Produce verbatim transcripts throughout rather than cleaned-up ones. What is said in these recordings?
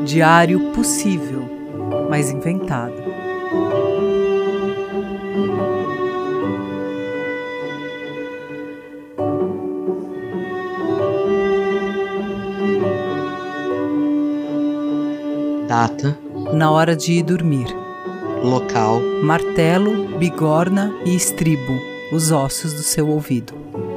Diário possível, mas inventado. Data: na hora de ir dormir. Local: martelo, bigorna e estribo, os ossos do seu ouvido.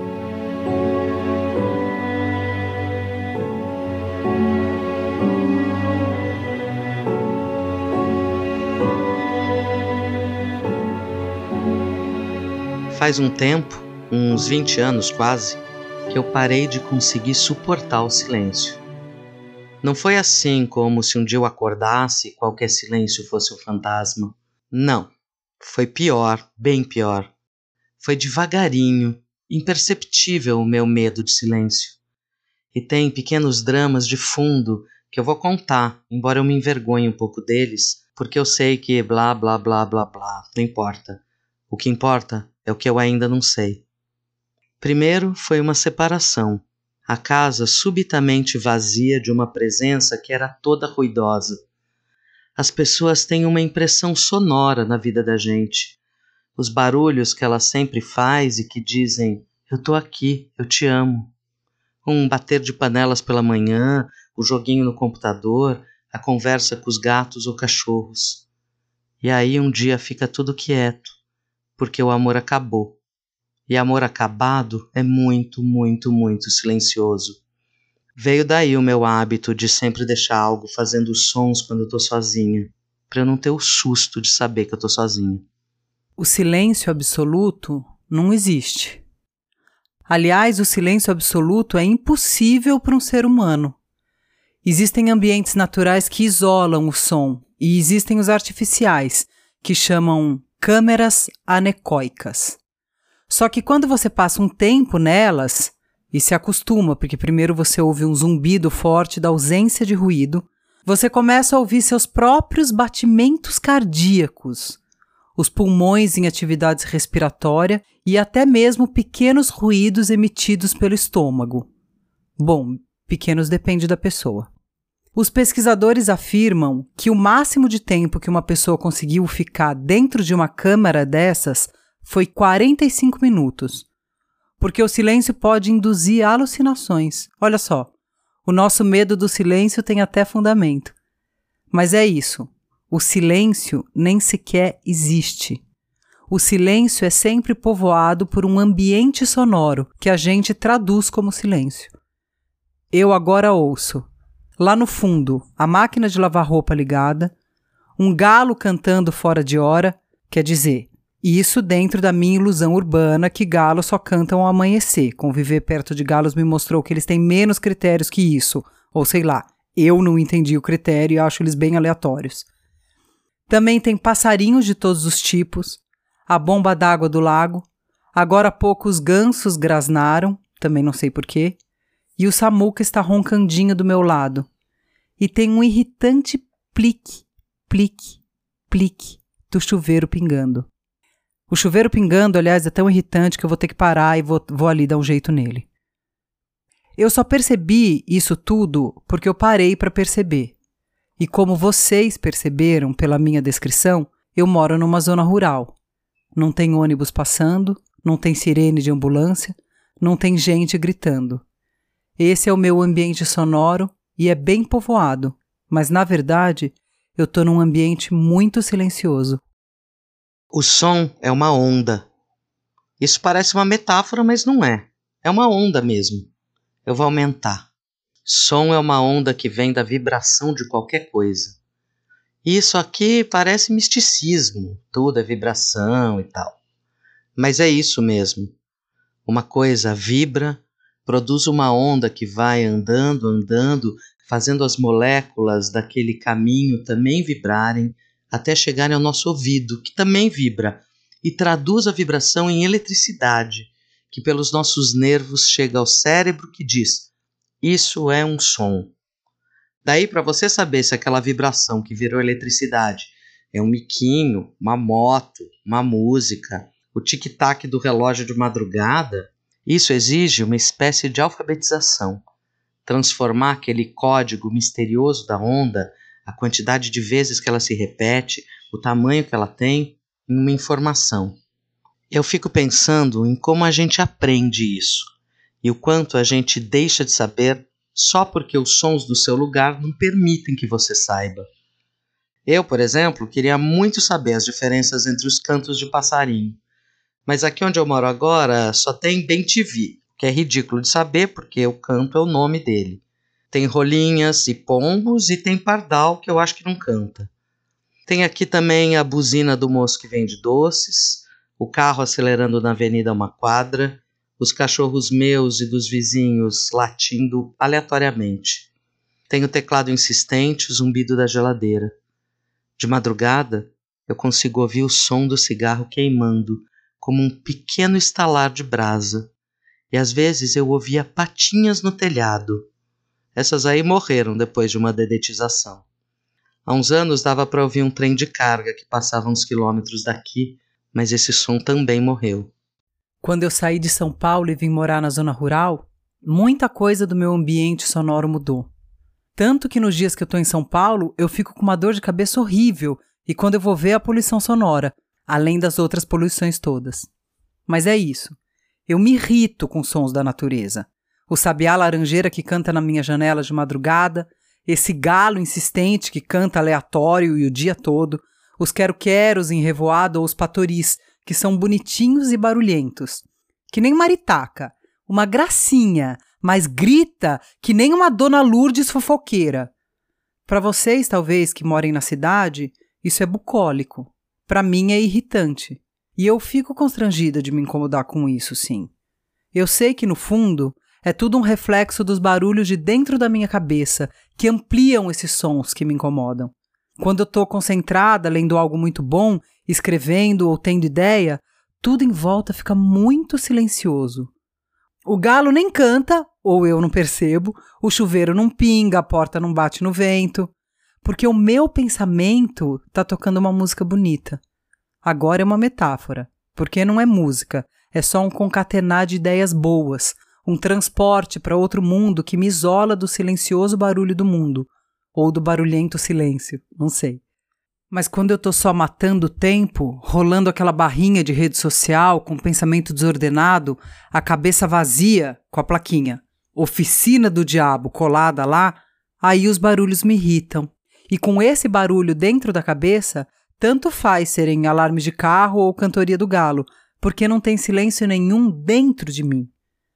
Faz um tempo, uns vinte anos quase, que eu parei de conseguir suportar o silêncio. Não foi assim como se um dia eu acordasse e qualquer silêncio fosse um fantasma. Não, foi pior, bem pior. Foi devagarinho, imperceptível o meu medo de silêncio. E tem pequenos dramas de fundo que eu vou contar, embora eu me envergonhe um pouco deles, porque eu sei que blá blá blá blá blá, não importa. O que importa é o que eu ainda não sei. Primeiro foi uma separação. A casa subitamente vazia de uma presença que era toda ruidosa. As pessoas têm uma impressão sonora na vida da gente. Os barulhos que ela sempre faz e que dizem: eu tô aqui, eu te amo. Um bater de panelas pela manhã, o joguinho no computador, a conversa com os gatos ou cachorros. E aí um dia fica tudo quieto, porque o amor acabou. E amor acabado é muito, muito, muito silencioso. Veio daí o meu hábito de sempre deixar algo fazendo sons quando eu tô sozinha, para eu não ter o susto de saber que eu tô sozinha. O silêncio absoluto não existe. Aliás, o silêncio absoluto é impossível para um ser humano. Existem ambientes naturais que isolam o som, e existem os artificiais, que chamam câmeras anecoicas. Só que quando você passa um tempo nelas e se acostuma, porque primeiro você ouve um zumbido forte da ausência de ruído, você começa a ouvir seus próprios batimentos cardíacos, os pulmões em atividade respiratória e até mesmo pequenos ruídos emitidos pelo estômago. Bom, pequenos depende da pessoa. Os pesquisadores afirmam que o máximo de tempo que uma pessoa conseguiu ficar dentro de uma câmara dessas foi quarenta e cinco minutos, porque o silêncio pode induzir alucinações. Olha só, o nosso medo do silêncio tem até fundamento. Mas é isso, o silêncio nem sequer existe. O silêncio é sempre povoado por um ambiente sonoro que a gente traduz como silêncio. Eu agora ouço, lá no fundo, a máquina de lavar roupa ligada, um galo cantando fora de hora, quer dizer, isso dentro da minha ilusão urbana que galos só cantam ao amanhecer. Conviver perto de galos me mostrou que eles têm menos critérios que isso. Ou sei lá, eu não entendi o critério e acho eles bem aleatórios. Também tem passarinhos de todos os tipos, a bomba d'água do lago, agora há pouco os gansos grasnaram, também não sei porquê, e o Samuca está roncandinho do meu lado. E tem um irritante plique, plique, plique do chuveiro pingando. O chuveiro pingando, aliás, é tão irritante que eu vou ter que parar e vou, vou ali dar um jeito nele. Eu só percebi isso tudo porque eu parei para perceber. E como vocês perceberam pela minha descrição, eu moro numa zona rural. Não tem ônibus passando, não tem sirene de ambulância, não tem gente gritando. Esse é o meu ambiente sonoro e é bem povoado, mas na verdade eu estou num ambiente muito silencioso. O som é uma onda. Isso parece uma metáfora, mas não é. É uma onda mesmo. Eu vou aumentar. Som é uma onda que vem da vibração de qualquer coisa. Isso aqui parece misticismo, tudo é vibração e tal. Mas é isso mesmo. Uma coisa vibra, produz uma onda que vai andando, andando, fazendo as moléculas daquele caminho também vibrarem, até chegarem ao nosso ouvido, que também vibra, e traduz a vibração em eletricidade, que pelos nossos nervos chega ao cérebro que diz: isso é um som. Daí, para você saber se aquela vibração que virou eletricidade é um miquinho, uma moto, uma música, o tic-tac do relógio de madrugada, isso exige uma espécie de alfabetização. Transformar aquele código misterioso da onda a quantidade de vezes que ela se repete, o tamanho que ela tem em uma informação. Eu fico pensando em como a gente aprende isso e o quanto a gente deixa de saber só porque os sons do seu lugar não permitem que você saiba. Eu, por exemplo, queria muito saber as diferenças entre os cantos de passarinho, mas aqui onde eu moro agora só tem bem T V, que é ridículo de saber porque o canto é o nome dele. Tem rolinhas e pombos e tem pardal que eu acho que não canta. Tem aqui também a buzina do moço que vende doces, o carro acelerando na avenida uma quadra, os cachorros meus e dos vizinhos latindo aleatoriamente. Tem o teclado insistente, o zumbido da geladeira. De madrugada, eu consigo ouvir o som do cigarro queimando, como um pequeno estalar de brasa. E às vezes eu ouvia patinhas no telhado. Essas aí morreram depois de uma dedetização. Há uns anos dava para ouvir um trem de carga que passava uns quilômetros daqui, mas esse som também morreu. Quando eu saí de São Paulo e vim morar na zona rural, muita coisa do meu ambiente sonoro mudou. Tanto que nos dias que eu estou em São Paulo, eu fico com uma dor de cabeça horrível e quando eu vou ver a poluição sonora, além das outras poluições todas. Mas é isso. Eu me irrito com os sons da natureza. O sabiá laranjeira que canta na minha janela de madrugada, esse galo insistente que canta aleatório e o dia todo, os quero-queros em revoado ou os patoris, que são bonitinhos e barulhentos. Que nem maritaca, uma gracinha, mas grita que nem uma dona Lourdes fofoqueira. Para vocês, talvez, que morem na cidade, isso é bucólico. Para mim é irritante. E eu fico constrangida de me incomodar com isso, sim. Eu sei que, no fundo, é tudo um reflexo dos barulhos de dentro da minha cabeça, que ampliam esses sons que me incomodam. Quando eu estou concentrada, lendo algo muito bom, escrevendo ou tendo ideia, tudo em volta fica muito silencioso. O galo nem canta, ou eu não percebo, o chuveiro não pinga, a porta não bate no vento, porque o meu pensamento está tocando uma música bonita. Agora é uma metáfora, porque não é música, é só um concatenar de ideias boas, um transporte para outro mundo que me isola do silencioso barulho do mundo, ou do barulhento silêncio, não sei. Mas quando eu tô só matando o tempo, rolando aquela barrinha de rede social com pensamento desordenado, a cabeça vazia com a plaquinha Oficina do Diabo colada lá, aí os barulhos me irritam. E com esse barulho dentro da cabeça, tanto faz serem alarmes de carro ou cantoria do galo, porque não tem silêncio nenhum dentro de mim.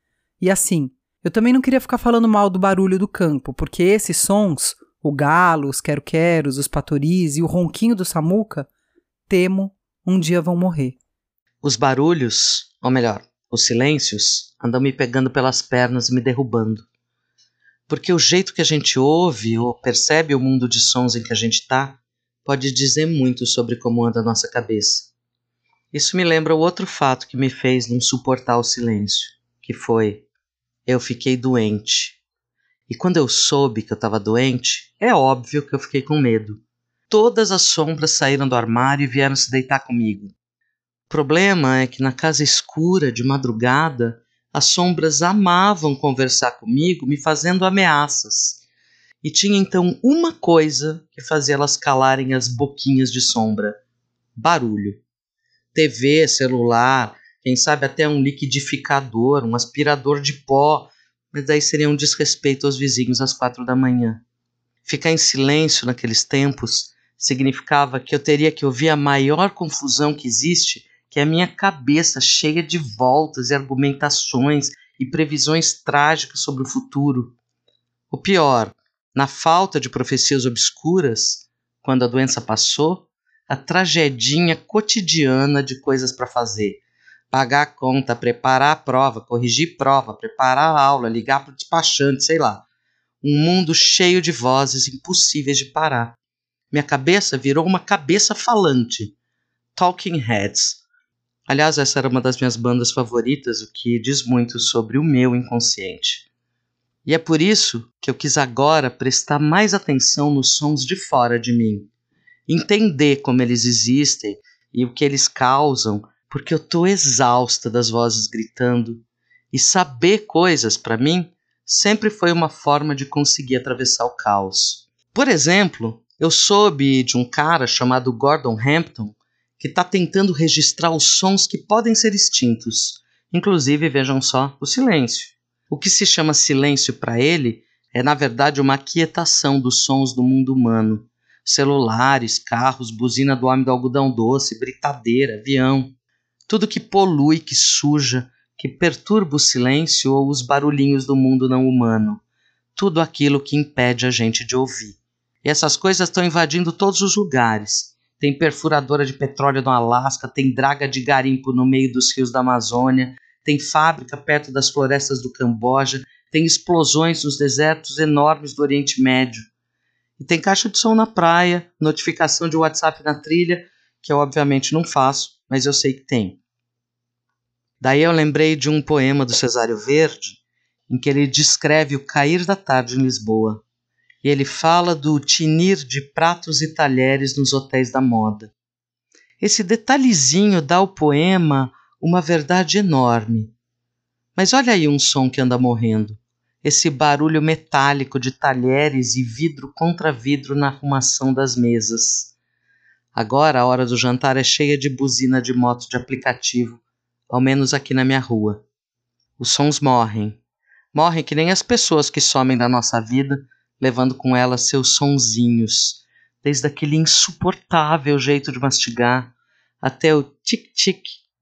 E assim, eu também não queria ficar falando mal do barulho do campo, porque esses sons, o galo, os quero-queros, os patoris e o ronquinho do samuca, temo, um dia vão morrer. Os barulhos, ou melhor, os silêncios, andam me pegando pelas pernas e me derrubando. Porque o jeito que a gente ouve ou percebe o mundo de sons em que a gente está pode dizer muito sobre como anda a nossa cabeça. Isso me lembra o outro fato que me fez não suportar o silêncio, que foi: eu fiquei doente. E quando eu soube que eu estava doente, é óbvio que eu fiquei com medo. Todas as sombras saíram do armário e vieram se deitar comigo. O problema é que na casa escura, de madrugada, as sombras amavam conversar comigo, me fazendo ameaças. E tinha então uma coisa que fazia elas calarem as boquinhas de sombra: barulho. T V, celular, quem sabe até um liquidificador, um aspirador de pó, mas daí seria um desrespeito aos vizinhos às quatro da manhã. Ficar em silêncio naqueles tempos significava que eu teria que ouvir a maior confusão que existe, que é a minha cabeça cheia de voltas e argumentações e previsões trágicas sobre o futuro. O pior, na falta de profecias obscuras, quando a doença passou, a tragedinha cotidiana de coisas para fazer. Pagar a conta, preparar a prova, corrigir prova, preparar a aula, ligar para o despachante, sei lá. Um mundo cheio de vozes impossíveis de parar. Minha cabeça virou uma cabeça falante. Talking Heads. Aliás, essa era uma das minhas bandas favoritas, o que diz muito sobre o meu inconsciente. E é por isso que eu quis agora prestar mais atenção nos sons de fora de mim. Entender como eles existem e o que eles causam, porque eu estou exausta das vozes gritando. E saber coisas, para mim, sempre foi uma forma de conseguir atravessar o caos. Por exemplo, Eu soube de um cara chamado Gordon Hampton que está tentando registrar os sons que podem ser extintos. Inclusive, vejam só, o silêncio. O que se chama silêncio para ele é, na verdade, uma aquietação dos sons do mundo humano. Celulares, carros, buzina do homem do algodão doce, britadeira, avião. Tudo que polui, que suja, que perturba o silêncio ou os barulhinhos do mundo não humano. Tudo aquilo que impede a gente de ouvir. E essas coisas estão invadindo todos os lugares. Tem perfuradora de petróleo no Alasca, tem draga de garimpo no meio dos rios da Amazônia, tem fábrica perto das florestas do Camboja, tem explosões nos desertos enormes do Oriente Médio. E tem caixa de som na praia, notificação de WhatsApp na trilha, que eu obviamente não faço, mas eu sei que tem. Daí eu lembrei de um poema do Cesário Verde, em que ele descreve o cair da tarde em Lisboa. E ele fala do tinir de pratos e talheres nos hotéis da moda. Esse detalhezinho dá ao poema uma verdade enorme. Mas olha aí um som que anda morrendo. Esse barulho metálico de talheres e vidro contra vidro na arrumação das mesas. Agora a hora do jantar é cheia de buzina de moto de aplicativo, ao menos aqui na minha rua. Os sons morrem. Morrem que nem as pessoas que somem da nossa vida, levando com elas seus sonzinhos, desde aquele insuportável jeito de mastigar, até o tic-tic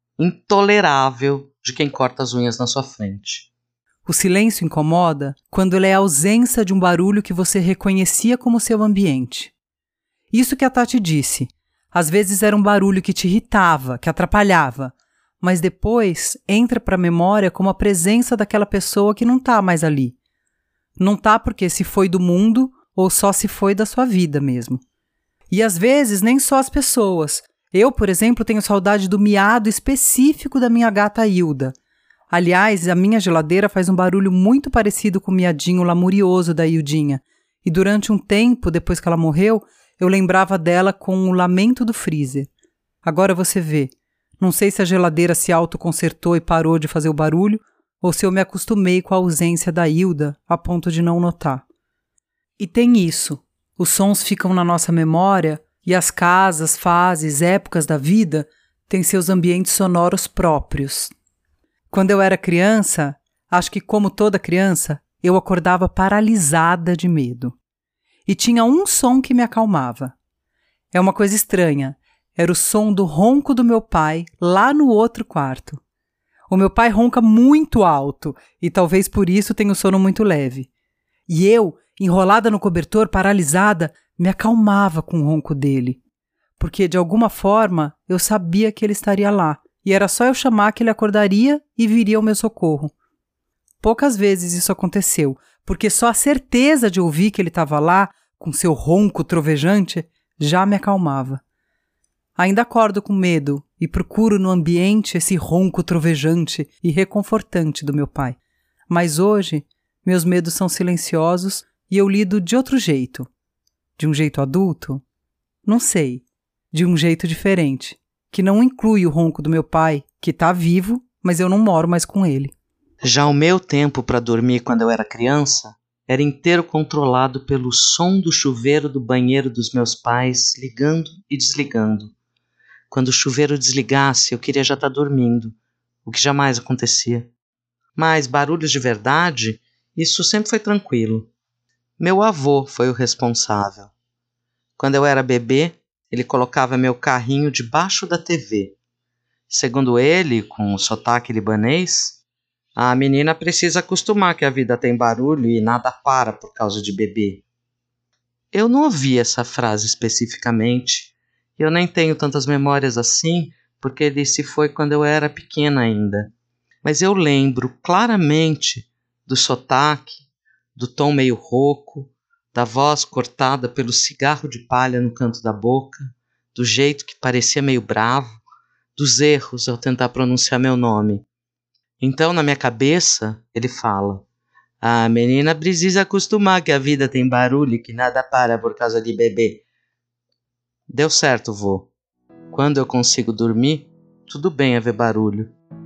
intolerável de quem corta as unhas na sua frente. O silêncio incomoda quando ele é a ausência de um barulho que você reconhecia como seu ambiente. Isso que a Tati disse. Às vezes era um barulho que te irritava, que atrapalhava, mas depois entra para a memória como a presença daquela pessoa que não está mais ali. Não tá porque se foi do mundo ou só se foi da sua vida mesmo. E às vezes nem só as pessoas. Eu, por exemplo, tenho saudade do miado específico da minha gata Hilda. Aliás, a minha geladeira faz um barulho muito parecido com o miadinho lamurioso da Hildinha. E durante um tempo, depois que ela morreu, eu lembrava dela com o lamento do freezer. Agora você vê. Não sei se a geladeira se autoconsertou e parou de fazer o barulho, ou se eu me acostumei com a ausência da Hilda a ponto de não notar. E tem isso. Os sons ficam na nossa memória e as casas, fases, épocas da vida têm seus ambientes sonoros próprios. Quando eu era criança, acho que como toda criança, eu acordava paralisada de medo. E tinha um som que me acalmava. É uma coisa estranha. Era o som do ronco do meu pai lá no outro quarto. O meu pai ronca muito alto e talvez por isso tenha o sono muito leve. E eu, enrolada no cobertor, paralisada, me acalmava com o ronco dele. Porque, de alguma forma, eu sabia que ele estaria lá. E era só eu chamar que ele acordaria e viria ao meu socorro. Poucas vezes isso aconteceu, porque só a certeza de ouvir que ele estava lá, com seu ronco trovejante, já me acalmava. Ainda acordo com medo e procuro no ambiente esse ronco trovejante e reconfortante do meu pai. Mas hoje, meus medos são silenciosos e eu lido de outro jeito. De um jeito adulto? Não sei. De um jeito diferente, que não inclui o ronco do meu pai, que está vivo, mas eu não moro mais com ele. Já o meu tempo para dormir quando eu era criança era inteiro controlado pelo som do chuveiro do banheiro dos meus pais ligando e desligando. Quando o chuveiro desligasse, eu queria já estar dormindo, o que jamais acontecia. Mas barulhos de verdade, isso sempre foi tranquilo. Meu avô foi o responsável. Quando eu era bebê, ele colocava meu carrinho debaixo da T V. Segundo ele, com o sotaque libanês, a menina precisa acostumar que a vida tem barulho e nada para por causa de bebê. Eu não ouvi essa frase especificamente. Eu nem tenho tantas memórias assim, porque ele se foi quando eu era pequena ainda. Mas eu lembro claramente do sotaque, do tom meio rouco, da voz cortada pelo cigarro de palha no canto da boca, do jeito que parecia meio bravo, dos erros ao tentar pronunciar meu nome. Então, na minha cabeça, ele fala: a menina precisa acostumar que a vida tem barulho e que nada para por causa de bebê. Deu certo, vô. Quando eu consigo dormir, tudo bem haver barulho.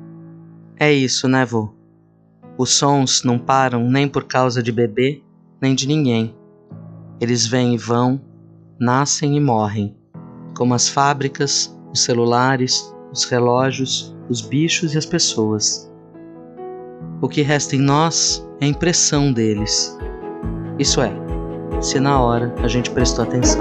É isso, né, vô? Os sons não param nem por causa de bebê, nem de ninguém. Eles vêm e vão, nascem e morrem, como as fábricas, os celulares, os relógios, os bichos e as pessoas. O que resta em nós é a impressão deles. Isso é, se na hora a gente prestou atenção.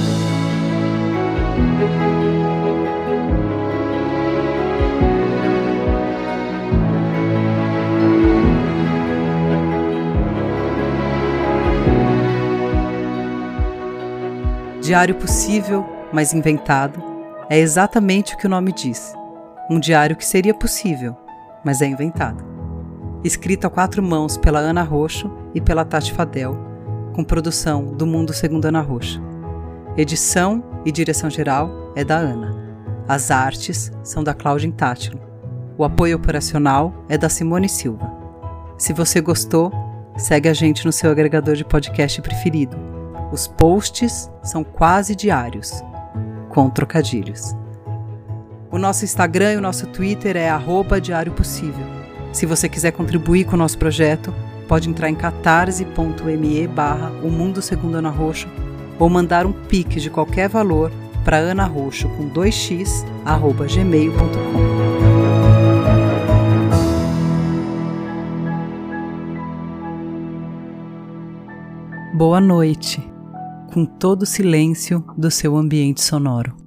Diário possível, mas inventado, é exatamente o que o nome diz. Um diário que seria possível, mas é inventado. Escrito a quatro mãos pela Ana Roxo e pela Tati Fadel, com produção do Mundo Segundo Ana Roxo. Edição e direção geral é da Ana. As artes são da Cláudia Intátilo. O apoio operacional é da Simone Silva. Se você gostou, segue a gente no seu agregador de podcast preferido. Os posts são quase diários, com trocadilhos. O nosso Instagram e o nosso Twitter é arroba Diário Possível. Se você quiser contribuir com o nosso projeto, pode entrar em catarse.me barra O Mundo Segundo Ana Roxo ou mandar um pix de qualquer valor para anarroxo com dois x arroba gmail ponto com. Boa noite, com todo o silêncio do seu ambiente sonoro.